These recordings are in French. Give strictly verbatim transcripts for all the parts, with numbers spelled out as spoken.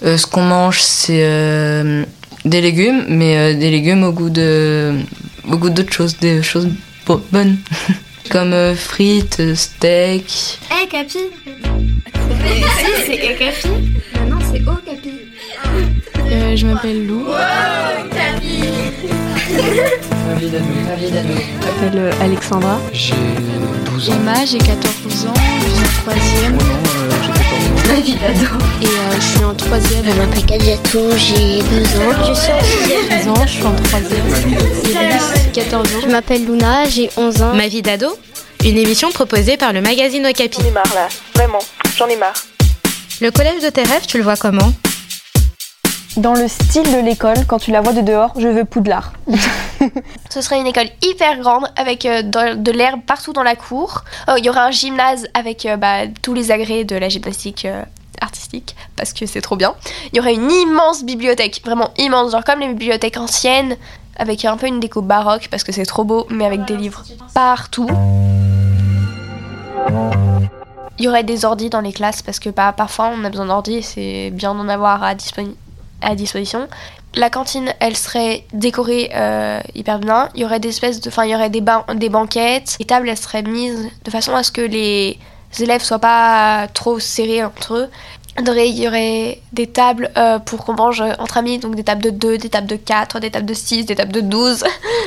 Euh, ce qu'on mange, c'est euh, des légumes, mais euh, des légumes au goût de, au goût d'autres choses, des choses bo- bonnes, comme euh, frites, steak. Eh, hey, Capi. Si, c'est Capi. Non, c'est O, Capi. Euh, je m'appelle Lou. Wow, Capi. Ravi d'ado, ravi d'ado. Je m'appelle euh, Alexandra. J'ai douze ans. Emma, j'ai quatorze ans, je suis en troisième. Mon nom, euh, j'ai quatorze ans. Ravi d'ado. Et euh, je suis en troisième. Je m'appelle Kadiatou, j'ai douze ans. Je suis en sixième. dix ans, je suis en troisième. Iris, quatorze ans. Je m'appelle Luna, j'ai onze ans. Ma vie d'ado, une émission proposée par le magazine Okapi. J'en ai marre là, vraiment, j'en ai marre. Le collège de tes rêves, tu le vois comment ? Dans le style de l'école, quand tu la vois de dehors, je veux Poudlard. Ce serait une école hyper grande avec euh, de, de l'herbe partout dans la cour. Euh, Il y aurait un gymnase avec euh, bah, tous les agrès de la gymnastique euh, artistique parce que c'est trop bien. Il y aurait une immense bibliothèque, vraiment immense, genre comme les bibliothèques anciennes, avec un peu une déco baroque parce que c'est trop beau, mais avec des livres partout. Il y aurait des ordis dans les classes parce que bah, parfois on a besoin d'ordis et c'est bien d'en avoir à, dispo- à disposition. La cantine, elle serait décorée euh, hyper bien. Il y aurait des espèces de, enfin, il y aurait des, ban- des banquettes. Les tables, elles seraient mises de façon à ce que les élèves soient pas trop serrés entre eux. Il y aurait des tables euh, pour qu'on mange entre amis, donc des tables de deux, des tables de quatre, des tables de six, des tables de douze.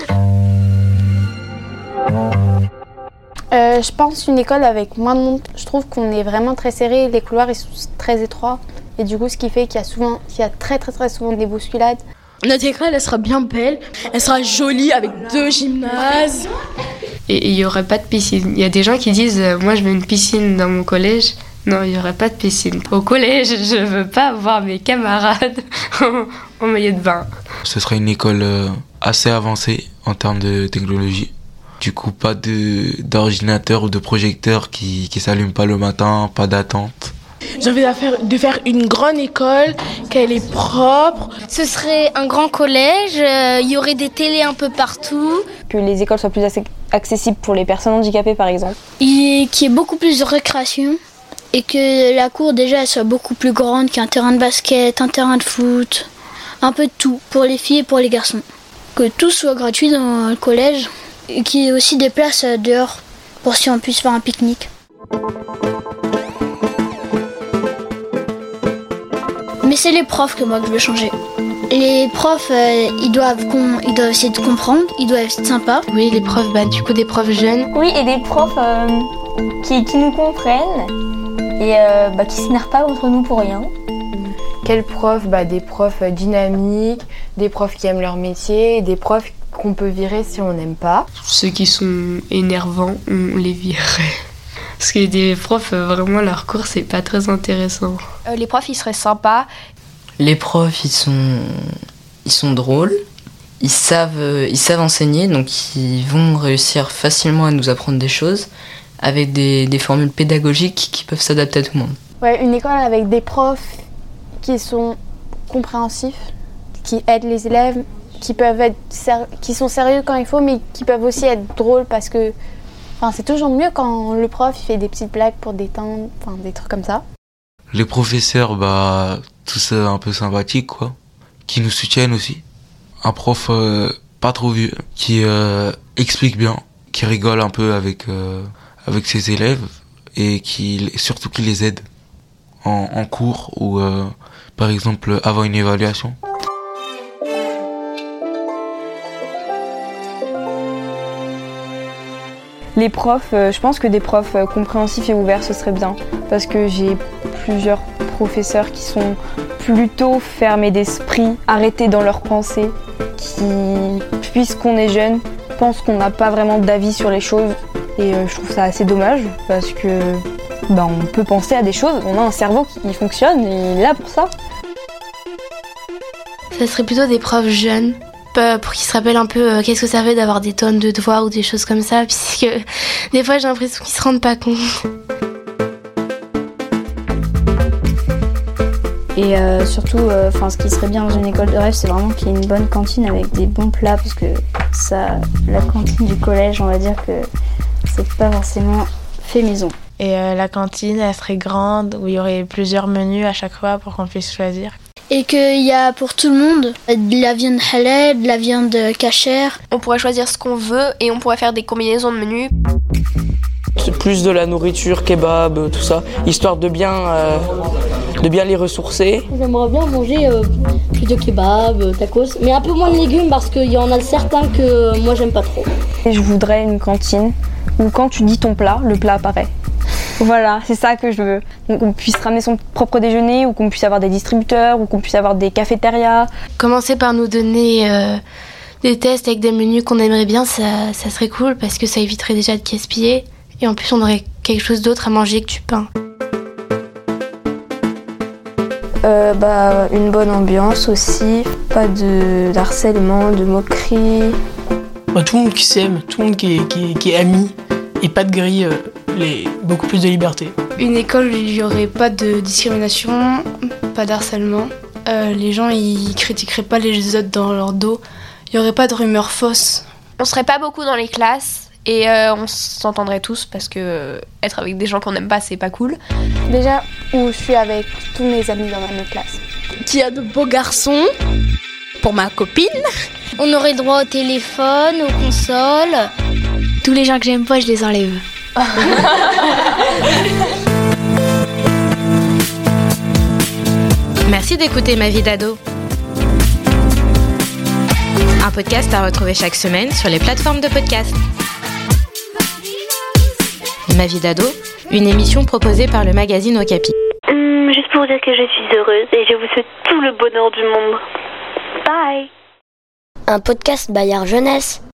Euh, je pense une école avec moins de monde. Je trouve qu'on est vraiment très serré, les couloirs ils sont très étroits. Et du coup, ce qui fait qu'il y a souvent, qu'il y a très très très souvent des bousculades. Notre école, elle sera bien belle. Elle sera jolie avec deux gymnases. Et il n'y aurait pas de piscine. Il y a des gens qui disent euh, « Moi, je veux une piscine dans mon collège ». Non, il n'y aurait pas de piscine. Au collège, je ne veux pas voir mes camarades en maillot de bain. Ce serait une école euh, assez avancée en termes de technologie. Du coup, pas de, d'ordinateur ou de projecteur qui ne s'allume pas le matin, pas d'attente. J'ai envie de faire, de faire une grande école, qu'elle est propre. Ce serait un grand collège, il euh, y aurait des télés un peu partout. Que les écoles soient plus assez accessibles pour les personnes handicapées par exemple. Et qu'il y ait beaucoup plus de récréation. Et que la cour déjà elle soit beaucoup plus grande qu'un terrain de basket, un terrain de foot. Un peu de tout, pour les filles et pour les garçons. Que tout soit gratuit dans le collège. Et qu'il y ait aussi des places dehors pour si on puisse faire un pique-nique. Mais c'est les profs que moi que je veux changer. Les profs, euh, ils, doivent com- ils doivent essayer de comprendre, ils doivent être sympas. Oui, les profs, bah, du coup des profs jeunes. Oui, et des profs euh, qui, qui nous comprennent et euh, bah, qui ne s'énervent pas contre nous pour rien. Quels profs ? Bah, des profs dynamiques, des profs qui aiment leur métier, des profs qu'on peut virer si on n'aime pas. Ceux qui sont énervants, on les virerait. Parce que des profs, vraiment, leur cours, c'est pas très intéressant. Euh, les profs, ils seraient sympas. Les profs, ils sont, ils sont drôles. Ils savent, ils savent enseigner, donc ils vont réussir facilement à nous apprendre des choses avec des, des formules pédagogiques qui peuvent s'adapter à tout le monde. Ouais, une école avec des profs qui sont compréhensifs, qui aident les élèves, qui peuvent être ser- qui sont sérieux quand il faut, mais qui peuvent aussi être drôles parce que enfin, c'est toujours mieux quand le prof il fait des petites blagues pour détendre, enfin des trucs comme ça. Les professeurs, bah, tous euh, un peu sympathiques, quoi, qui nous soutiennent aussi. Un prof euh, pas trop vieux, qui euh, explique bien, qui rigole un peu avec, euh, avec ses élèves et qui, surtout qui les aide en, en cours ou euh, par exemple avant une évaluation. Les profs, euh, je pense que des profs euh, compréhensifs et ouverts, ce serait bien. Parce que j'ai plusieurs professeurs qui sont plutôt fermés d'esprit, arrêtés dans leurs pensées, qui, puisqu'on est jeune, pensent qu'on n'a pas vraiment d'avis sur les choses. Et euh, je trouve ça assez dommage, parce que bah, on peut penser à des choses, on a un cerveau qui fonctionne, et il est là pour ça. Ça serait plutôt des profs jeunes. Pour qu'ils se rappellent un peu euh, qu'est-ce que ça fait d'avoir des tonnes de devoirs ou des choses comme ça, puisque des fois j'ai l'impression qu'ils se rendent pas compte. Et euh, surtout, euh, ce qui serait bien dans une école de rêve, c'est vraiment qu'il y ait une bonne cantine avec des bons plats, parce que ça, la cantine du collège, on va dire que c'est pas forcément fait maison. Et euh, la cantine, elle serait grande, où il y aurait plusieurs menus à chaque fois pour qu'on puisse choisir. et qu'il y a pour tout le monde de la viande halal, de la viande cachère. On pourrait choisir ce qu'on veut et on pourrait faire des combinaisons de menus. C'est plus de la nourriture, kebab, tout ça, histoire de bien, euh, de bien les ressourcer. J'aimerais bien manger euh, plus de kebab, tacos, mais un peu moins de légumes parce qu'il y en a certains que moi j'aime pas trop. Et je voudrais une cantine où quand tu dis ton plat, le plat apparaît. Voilà, c'est ça que je veux. Donc qu'on puisse ramener son propre déjeuner, ou qu'on puisse avoir des distributeurs, ou qu'on puisse avoir des cafétérias. Commencer par nous donner euh, des tests avec des menus qu'on aimerait bien, ça, ça serait cool parce que ça éviterait déjà de gaspiller. Et en plus, on aurait quelque chose d'autre à manger que du pain. Euh, bah, une bonne ambiance aussi, pas de harcèlement, de moquerie. Bah, tout le monde qui s'aime, tout le monde qui est, qui est, qui est ami, et pas de grille, euh, les, beaucoup plus de liberté. Une école où il n'y aurait pas de discrimination, pas d'harcèlement. Euh, les gens ils critiqueraient pas les autres dans leur dos. Il n'y aurait pas de rumeurs fausses. On serait pas beaucoup dans les classes. Et euh, on s'entendrait tous parce que euh, être avec des gens qu'on n'aime pas, c'est pas cool. Déjà, où je suis avec tous mes amis dans la même classe. Qu'il y a de beaux garçons pour ma copine. On aurait droit au téléphone, aux consoles. Tous les gens que j'aime pas, je les enlève. Merci d'écouter Ma vie d'ado. Un podcast à retrouver chaque semaine sur les plateformes de podcast. Ma vie d'ado, une émission proposée par le magazine Okapi. Hum, juste pour dire que je suis heureuse et je vous souhaite tout le bonheur du monde. Bye. Un podcast Bayard Jeunesse.